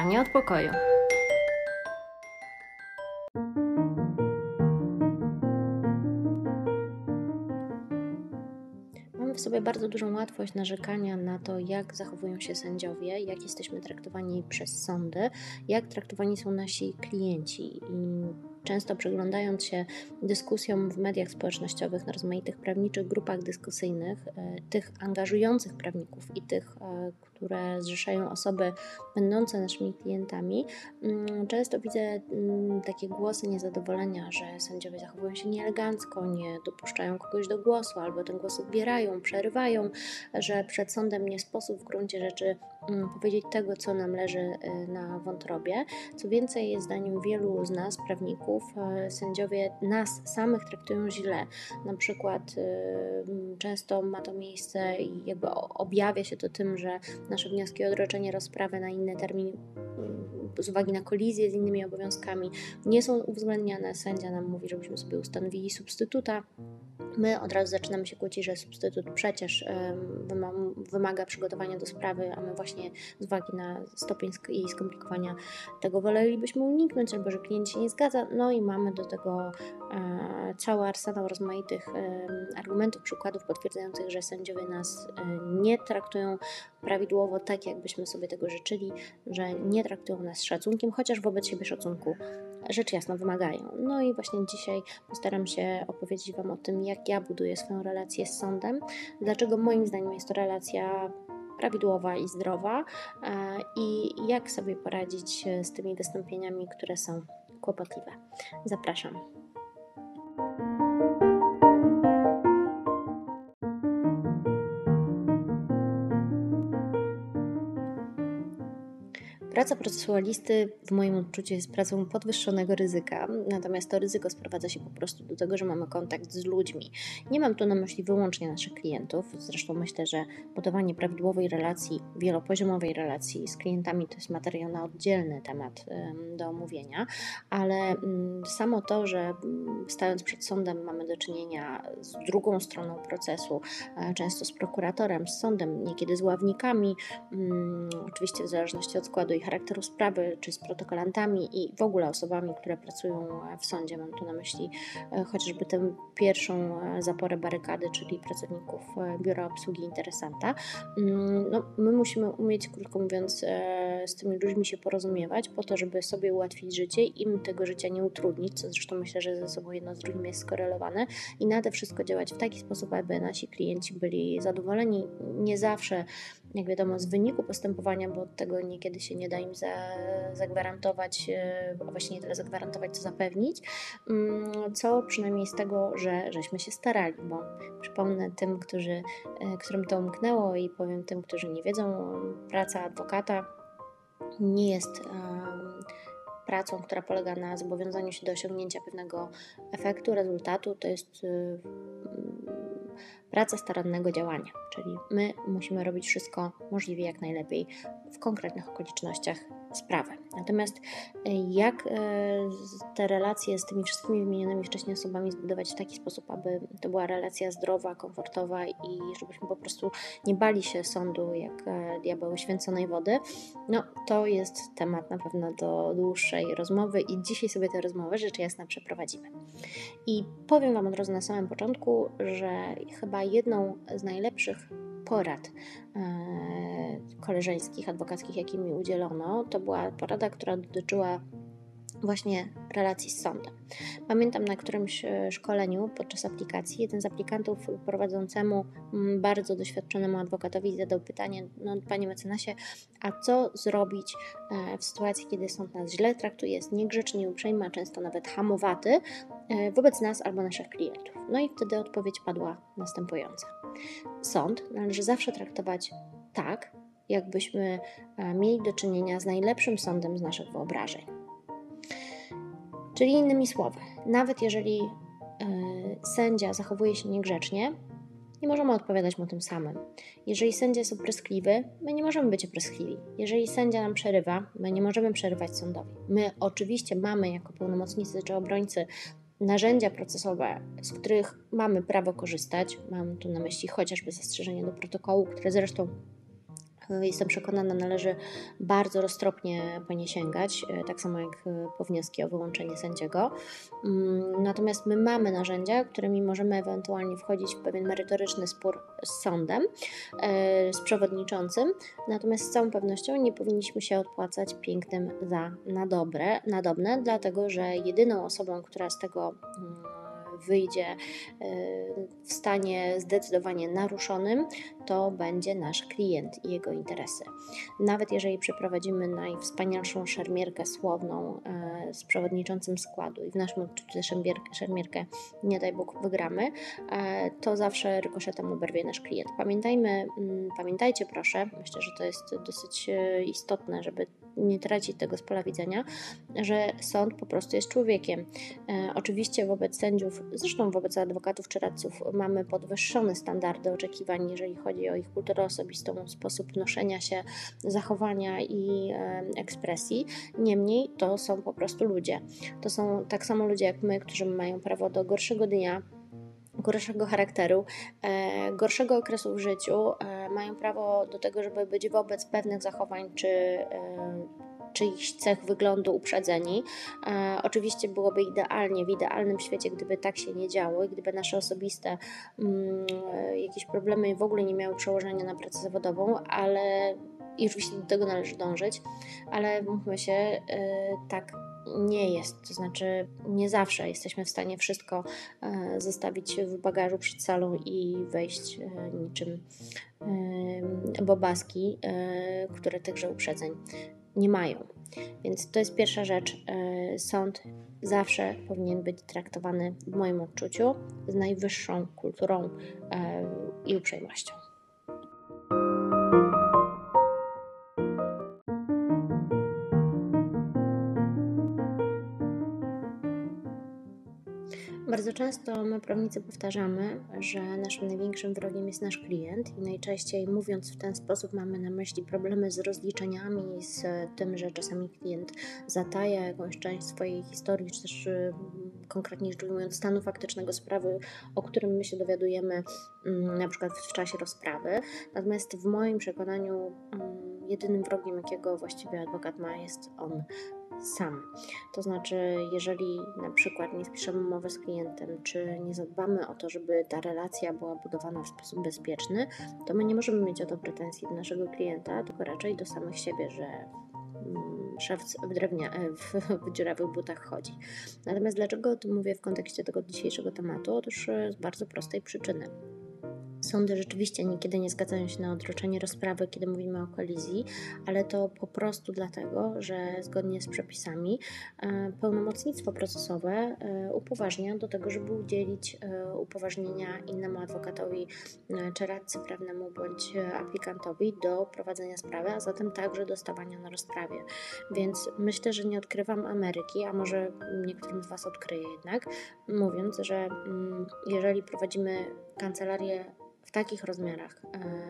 Ania od pokoju. Mamy w sobie bardzo dużą łatwość narzekania na to, jak zachowują się sędziowie, jak jesteśmy traktowani przez sądy, jak traktowani są nasi klienci. I często przyglądając się dyskusjom w mediach społecznościowych, na rozmaitych prawniczych grupach dyskusyjnych, tych angażujących prawników i tych, które zrzeszają osoby będące naszymi klientami, często widzę takie głosy niezadowolenia, że sędziowie zachowują się nieelegancko, nie dopuszczają kogoś do głosu, albo ten głos odbierają, przerywają, że przed sądem nie sposób w gruncie rzeczy powiedzieć tego, co nam leży na wątrobie. Co więcej, zdaniem wielu z nas, prawników, sędziowie nas samych traktują źle. Na przykład często ma to miejsce i jakby objawia się to tym, że nasze wnioski o odroczenie rozprawy na inny termin z uwagi na kolizję z innymi obowiązkami nie są uwzględniane. Sędzia nam mówi, żebyśmy sobie ustanowili substytuta. My od razu zaczynamy się kłócić, że substytut przecież wymaga przygotowania do sprawy, a my właśnie z uwagi na stopień jej skomplikowania tego wolelibyśmy uniknąć, albo że klient się nie zgadza. No i mamy do tego cały arsenał rozmaitych argumentów, przykładów potwierdzających, że sędziowie nas nie traktują prawidłowo tak, jakbyśmy sobie tego życzyli, że nie traktują nas z szacunkiem, chociaż wobec siebie szacunku rzecz jasna wymagają. No i właśnie dzisiaj postaram się opowiedzieć Wam o tym, jak ja buduję swoją relację z sądem, dlaczego moim zdaniem jest to relacja prawidłowa i zdrowa i jak sobie poradzić z tymi wystąpieniami, które są kłopotliwe. Zapraszam. Praca procesualisty w moim odczuciu jest pracą podwyższonego ryzyka, natomiast to ryzyko sprowadza się po prostu do tego, że mamy kontakt z ludźmi. Nie mam tu na myśli wyłącznie naszych klientów, zresztą myślę, że budowanie prawidłowej relacji, wielopoziomowej relacji z klientami to jest materiał na oddzielny temat do omówienia, ale samo to, że stając przed sądem mamy do czynienia z drugą stroną procesu, często z prokuratorem, z sądem, niekiedy z ławnikami, oczywiście w zależności od składu i charakteru sprawy, czy z protokolantami i w ogóle osobami, które pracują w sądzie. Mam tu na myśli chociażby tę pierwszą zaporę barykady, czyli pracowników biura obsługi interesanta. No, my musimy umieć, krótko mówiąc, z tymi ludźmi się porozumiewać po to, żeby sobie ułatwić życie i im tego życia nie utrudnić, co zresztą myślę, że ze sobą jedno z drugim jest skorelowane i nade wszystko działać w taki sposób, aby nasi klienci byli zadowoleni. Nie zawsze, jak wiadomo, z wyniku postępowania, bo od tego niekiedy się nie da im zagwarantować, a właśnie nie tyle zagwarantować, co zapewnić, co przynajmniej z tego, że żeśmy się starali, bo przypomnę tym, którym to umknęło i powiem tym, którzy nie wiedzą, praca adwokata nie jest pracą, która polega na zobowiązaniu się do osiągnięcia pewnego efektu, rezultatu. To jest praca starannego działania, czyli my musimy robić wszystko możliwie jak najlepiej w konkretnych okolicznościach sprawy. Natomiast jak te relacje z tymi wszystkimi wymienionymi wcześniej osobami zbudować w taki sposób, aby to była relacja zdrowa, komfortowa i żebyśmy po prostu nie bali się sądu jak diabeł święconej wody, no to jest temat na pewno do dłuższej rozmowy i dzisiaj sobie tę rozmowę rzecz jasna przeprowadzimy. I powiem Wam od razu na samym początku, że chyba jedną z najlepszych porad koleżeńskich, adwokackich, jakie mi udzielono, to była porada, która dotyczyła właśnie relacji z sądem. Pamiętam na którymś szkoleniu podczas aplikacji jeden z aplikantów prowadzącemu bardzo doświadczonemu adwokatowi zadał pytanie: no, panie mecenasie, a co zrobić w sytuacji, kiedy sąd nas źle traktuje, jest niegrzeczny, nieuprzejmy, a często nawet hamowaty wobec nas albo naszych klientów. No i wtedy odpowiedź padła następująca. Sąd należy zawsze traktować tak, jakbyśmy mieli do czynienia z najlepszym sądem z naszych wyobrażeń. Czyli innymi słowy, nawet jeżeli sędzia zachowuje się niegrzecznie, nie możemy odpowiadać mu tym samym. Jeżeli sędzia jest opryskliwy, my nie możemy być opryskliwi. Jeżeli sędzia nam przerywa, my nie możemy przerywać sądowi. My oczywiście mamy jako pełnomocnicy czy obrońcy narzędzia procesowe, z których mamy prawo korzystać. Mam tu na myśli chociażby zastrzeżenie do protokołu, które zresztą Jestem przekonana, należy bardzo roztropnie po nie sięgać, tak samo jak po wnioski o wyłączenie sędziego. Natomiast my mamy narzędzia, którymi możemy ewentualnie wchodzić w pewien merytoryczny spór z sądem, z przewodniczącym, natomiast z całą pewnością nie powinniśmy się odpłacać pięknym za nadobne, dlatego że jedyną osobą, która z tego wyjdzie w stanie zdecydowanie naruszonym, to będzie nasz klient i jego interesy. Nawet jeżeli przeprowadzimy najwspanialszą szermierkę słowną z przewodniczącym składu i w naszym odczuciu tę szermierkę, nie daj Bóg, wygramy, to zawsze rykoszetem oberwie nasz klient. Pamiętajcie proszę, myślę, że to jest dosyć istotne, żeby nie tracić tego z pola widzenia, że sąd po prostu jest człowiekiem. Oczywiście wobec sędziów, zresztą wobec adwokatów czy radców mamy podwyższone standardy oczekiwań, jeżeli chodzi o ich kulturę osobistą, sposób noszenia się, zachowania i ekspresji. Niemniej to są po prostu ludzie. To są tak samo ludzie jak my, którzy mają prawo do gorszego dnia, gorszego charakteru, gorszego okresu w życiu, mają prawo do tego, żeby być wobec pewnych zachowań czyichś cech wyglądu uprzedzeni. Oczywiście byłoby idealnie, w idealnym świecie, gdyby tak się nie działo i gdyby nasze osobiste jakieś problemy w ogóle nie miały przełożenia na pracę zawodową, ale i oczywiście do tego należy dążyć, ale mówmy się, tak nie jest, to znaczy nie zawsze jesteśmy w stanie wszystko zostawić w bagażu przed salą i wejść niczym bobaski, które tychże uprzedzeń nie mają. Więc to jest pierwsza rzecz. Sąd zawsze powinien być traktowany w moim odczuciu z najwyższą kulturą i uprzejmością. Bardzo często my prawnicy powtarzamy, że naszym największym wrogiem jest nasz klient i najczęściej mówiąc w ten sposób mamy na myśli problemy z rozliczeniami, z tym, że czasami klient zataja jakąś część swojej historii, czy też konkretnie rzecz ujmując stanu faktycznego sprawy, o którym my się dowiadujemy na przykład w czasie rozprawy. Natomiast w moim przekonaniu jedynym wrogiem, jakiego właściwie adwokat ma, jest on sam. To znaczy, jeżeli na przykład nie spiszemy umowy z klientem, czy nie zadbamy o to, żeby ta relacja była budowana w sposób bezpieczny, to my nie możemy mieć o to pretensji do naszego klienta, tylko raczej do samych siebie, że szewc w dziurawych butach chodzi. Natomiast dlaczego o tym mówię w kontekście tego dzisiejszego tematu? Otóż z bardzo prostej przyczyny. Sądy rzeczywiście niekiedy nie zgadzają się na odroczenie rozprawy, kiedy mówimy o kolizji, ale to po prostu dlatego, że zgodnie z przepisami pełnomocnictwo procesowe upoważnia do tego, żeby udzielić upoważnienia innemu adwokatowi czy radcy prawnemu bądź aplikantowi do prowadzenia sprawy, a zatem także do stawania na rozprawie. Więc myślę, że nie odkrywam Ameryki, a może niektórym z Was odkryję jednak, mówiąc, że jeżeli prowadzimy kancelarię w takich rozmiarach,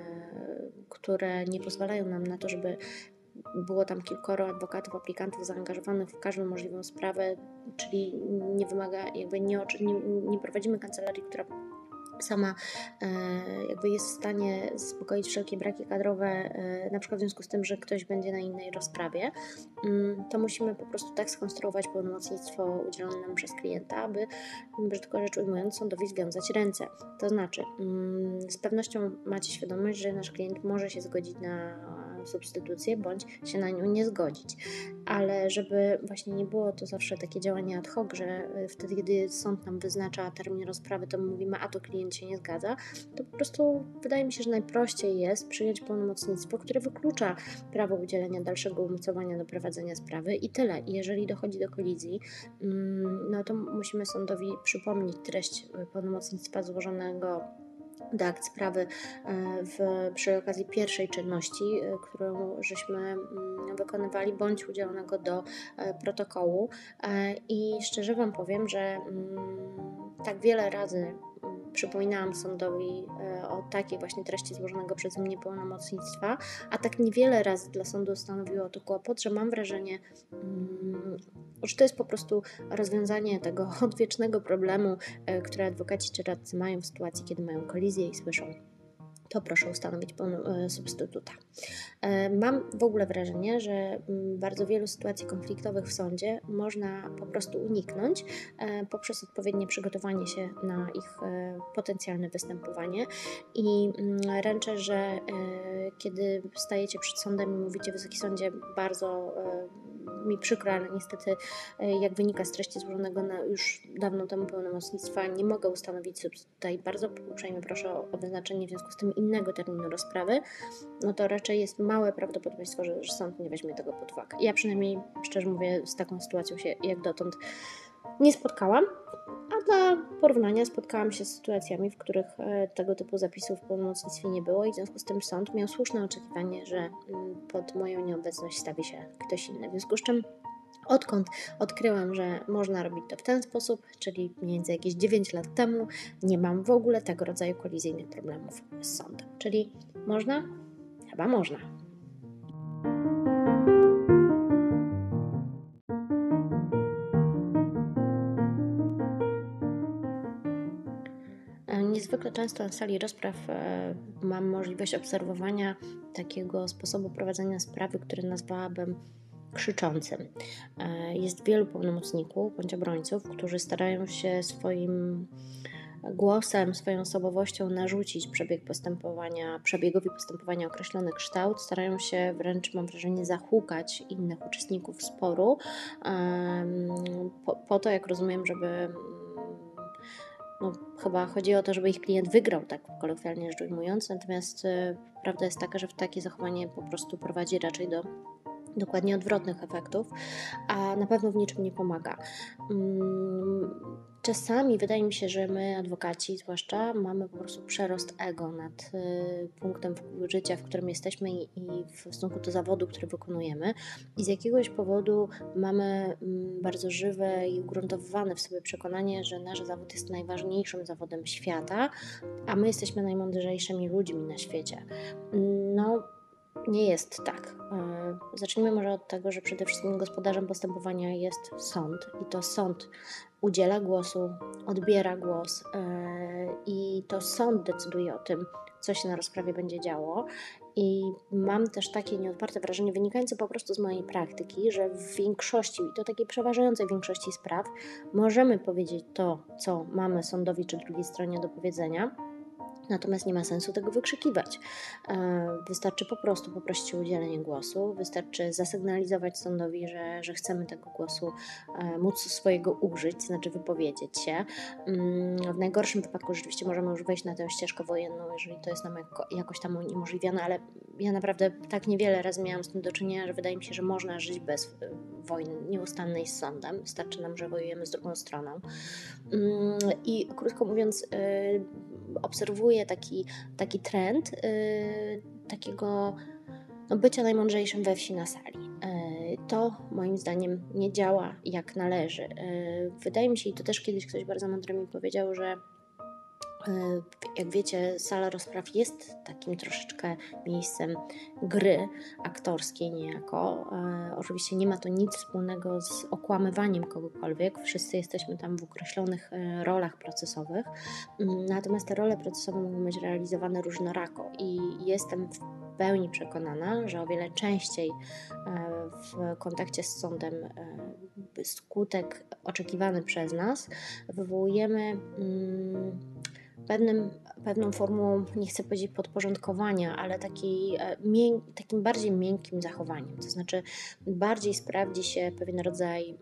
które nie pozwalają nam na to, żeby było tam kilkoro adwokatów, aplikantów zaangażowanych w każdą możliwą sprawę, czyli nie wymaga, nie prowadzimy kancelarii, która sama jakby jest w stanie zaspokoić wszelkie braki kadrowe, na przykład w związku z tym, że ktoś będzie na innej rozprawie, to musimy po prostu tak skonstruować pełnomocnictwo udzielone nam przez klienta, aby, brzydko rzecz ujmując, sądowi związać ręce. To znaczy, z pewnością macie świadomość, że nasz klient może się zgodzić na substytucję, bądź się na nią nie zgodzić. Ale żeby właśnie nie było to zawsze takie działanie ad hoc, że wtedy, kiedy sąd nam wyznacza termin rozprawy, to my mówimy, a to klient się nie zgadza, to po prostu wydaje mi się, że najprościej jest przyjąć pełnomocnictwo, które wyklucza prawo udzielenia dalszego umocowania do prowadzenia sprawy i tyle. I jeżeli dochodzi do kolizji, no to musimy sądowi przypomnieć treść pełnomocnictwa złożonego do akt sprawy przy okazji pierwszej czynności, którą żeśmy wykonywali, bądź udzielonego do protokołu. I szczerze Wam powiem, że tak wiele razy przypominałam sądowi o takiej właśnie treści złożonego przeze mnie pełnomocnictwa, a tak niewiele razy dla sądu stanowiło to kłopot, że mam wrażenie, że to jest po prostu rozwiązanie tego odwiecznego problemu, które adwokaci czy radcy mają w sytuacji, kiedy mają kolizję i słyszą: to proszę ustanowić substytuta. Mam w ogóle wrażenie, że bardzo wielu sytuacji konfliktowych w sądzie można po prostu uniknąć poprzez odpowiednie przygotowanie się na ich potencjalne występowanie i ręczę, że kiedy stajecie przed sądem i mówicie: Wysoki Sądzie, bardzo mi przykro, ale niestety jak wynika z treści złożonego już dawno temu pełnomocnictwa, nie mogę ustanowić substytuta i bardzo uprzejmie proszę o wyznaczenie w związku z tym innego terminu rozprawy, no to raczej jest małe prawdopodobieństwo, że sąd nie weźmie tego pod uwagę. Ja przynajmniej, szczerze mówię, z taką sytuacją się jak dotąd nie spotkałam, a dla porównania spotkałam się z sytuacjami, w których tego typu zapisów w pełnomocnictwie nie było i w związku z tym sąd miał słuszne oczekiwanie, że pod moją nieobecność stawi się ktoś inny. W związku z czym odkąd odkryłam, że można robić to w ten sposób, czyli mniej więcej jakieś 9 lat temu, nie mam w ogóle tego rodzaju kolizyjnych problemów z sądem. Czyli można? Chyba można. Niezwykle często na sali rozpraw mam możliwość obserwowania takiego sposobu prowadzenia sprawy, który nazwałabym krzyczącym. Jest wielu pełnomocników bądź obrońców, którzy starają się swoim głosem, swoją osobowością narzucić przebiegowi postępowania określony kształt, starają się wręcz, mam wrażenie, zahukać innych uczestników sporu, po to, jak rozumiem, żeby chyba chodzi o to, żeby ich klient wygrał, tak kolokwialnie rzecz ujmując, natomiast prawda jest taka, że takie zachowanie po prostu prowadzi raczej do dokładnie odwrotnych efektów, a na pewno w niczym nie pomaga. Czasami wydaje mi się, że my, adwokaci zwłaszcza, mamy po prostu przerost ego nad punktem życia, w którym jesteśmy i w stosunku do zawodu, który wykonujemy i z jakiegoś powodu mamy bardzo żywe i ugruntowane w sobie przekonanie, że nasz zawód jest najważniejszym zawodem świata, a my jesteśmy najmądrzejszymi ludźmi na świecie. Nie jest tak. Zacznijmy może od tego, że przede wszystkim gospodarzem postępowania jest sąd i to sąd udziela głosu, odbiera głos i to sąd decyduje o tym, co się na rozprawie będzie działo. I mam też takie nieodparte wrażenie wynikające po prostu z mojej praktyki, że w większości, i to takiej przeważającej większości spraw, możemy powiedzieć to, co mamy sądowi czy drugiej stronie do powiedzenia. Natomiast nie ma sensu tego wykrzykiwać. Wystarczy po prostu poprosić o udzielenie głosu, wystarczy zasygnalizować sądowi, że chcemy tego głosu móc swojego użyć, znaczy wypowiedzieć się. W najgorszym wypadku rzeczywiście możemy już wejść na tę ścieżkę wojenną, jeżeli to jest nam jakoś tam uniemożliwione, ale ja naprawdę tak niewiele razy miałam z tym do czynienia, że wydaje mi się, że można żyć bez wojny nieustannej z sądem. Wystarczy nam, że wojujemy z drugą stroną. I krótko mówiąc, obserwuję taki trend takiego bycia najmądrzejszym we wsi na sali. To moim zdaniem nie działa jak należy. Wydaje mi się, i to też kiedyś ktoś bardzo mądry mi powiedział, że jak wiecie, sala rozpraw jest takim troszeczkę miejscem gry aktorskiej niejako. Oczywiście nie ma to nic wspólnego z okłamywaniem kogokolwiek. Wszyscy jesteśmy tam w określonych rolach procesowych. Natomiast te role procesowe mogą być realizowane różnorako i jestem w pełni przekonana, że o wiele częściej w kontakcie z sądem skutek oczekiwany przez nas wywołujemy pewną formą, nie chcę powiedzieć podporządkowania, ale takim bardziej miękkim zachowaniem. To znaczy bardziej sprawdzi się pewien rodzaj,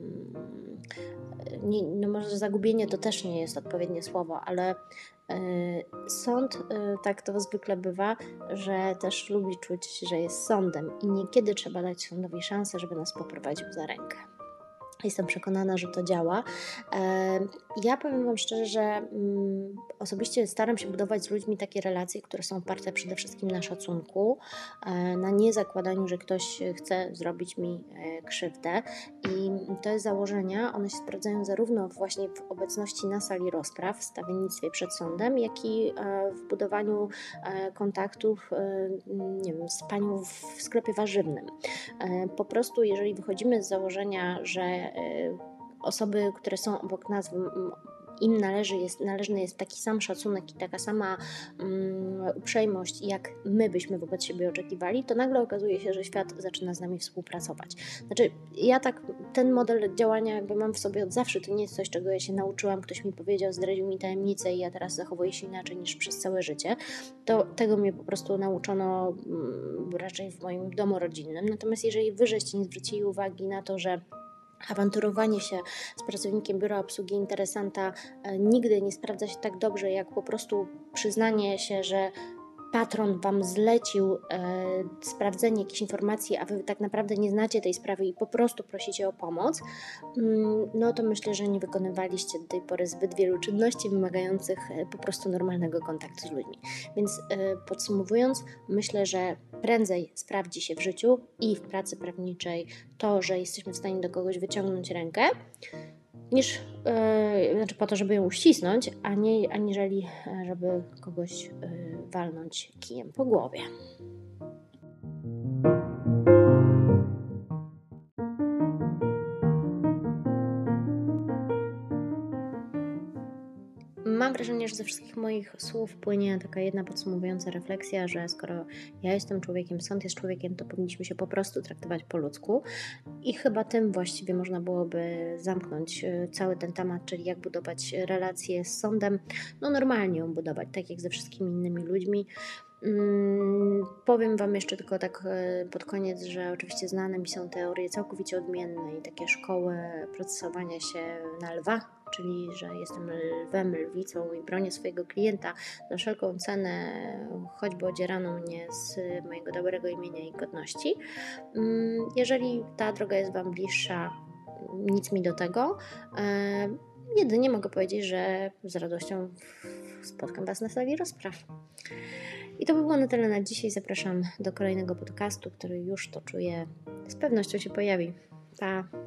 może zagubienie to też nie jest odpowiednie słowo, ale sąd, tak to zwykle bywa, że też lubi czuć, że jest sądem i niekiedy trzeba dać sądowi szansę, żeby nas poprowadził za rękę. Jestem przekonana, że to działa. Ja powiem Wam szczerze, że osobiście staram się budować z ludźmi takie relacje, które są oparte przede wszystkim na szacunku, na niezakładaniu, że ktoś chce zrobić mi krzywdę. I to jest założenia, one się sprawdzają zarówno właśnie w obecności na sali rozpraw, w stawiennictwie przed sądem, jak i w budowaniu kontaktów, z panią w sklepie warzywnym. Po prostu, jeżeli wychodzimy z założenia, że osoby, które są obok nas im należny jest taki sam szacunek i taka sama uprzejmość, jak my byśmy wobec siebie oczekiwali, to nagle okazuje się, że świat zaczyna z nami współpracować. Znaczy, ja tak ten model działania jakby mam w sobie od zawsze, to nie jest coś, czego ja się nauczyłam, ktoś mi powiedział, zdradził mi tajemnicę i ja teraz zachowuję się inaczej niż przez całe życie. Tego mnie po prostu nauczono raczej w moim domu rodzinnym. Natomiast jeżeli wy żeście nie zwrócili uwagi na to, że awanturowanie się z pracownikiem biura obsługi interesanta nigdy nie sprawdza się tak dobrze, jak po prostu przyznanie się, że patron Wam zlecił sprawdzenie jakichś informacji, a Wy tak naprawdę nie znacie tej sprawy i po prostu prosicie o pomoc, no to myślę, że nie wykonywaliście do tej pory zbyt wielu czynności wymagających po prostu normalnego kontaktu z ludźmi. Więc podsumowując, myślę, że prędzej sprawdzi się w życiu i w pracy prawniczej to, że jesteśmy w stanie do kogoś wyciągnąć rękę, niż znaczy po to, żeby ją uścisnąć, aniżeli żeby kogoś walnąć kijem po głowie. Mam wrażenie, że ze wszystkich moich słów płynie taka jedna podsumowująca refleksja, że skoro ja jestem człowiekiem, sąd jest człowiekiem, to powinniśmy się po prostu traktować po ludzku i chyba tym właściwie można byłoby zamknąć cały ten temat, czyli jak budować relacje z sądem, no normalnie ją budować, tak jak ze wszystkimi innymi ludźmi. Powiem Wam jeszcze tylko tak pod koniec, że oczywiście znane mi są teorie całkowicie odmienne i takie szkoły procesowania się na lwa, czyli że jestem lwem, lwicą i bronię swojego klienta za wszelką cenę, choćby odzierano mnie z mojego dobrego imienia i godności. Jeżeli ta droga jest Wam bliższa, nic mi do tego. Jedynie mogę powiedzieć, że z radością spotkam Was na sali rozpraw. I to by było na tyle na dzisiaj. Zapraszam do kolejnego podcastu, który już to czuję, z pewnością się pojawi. Pa!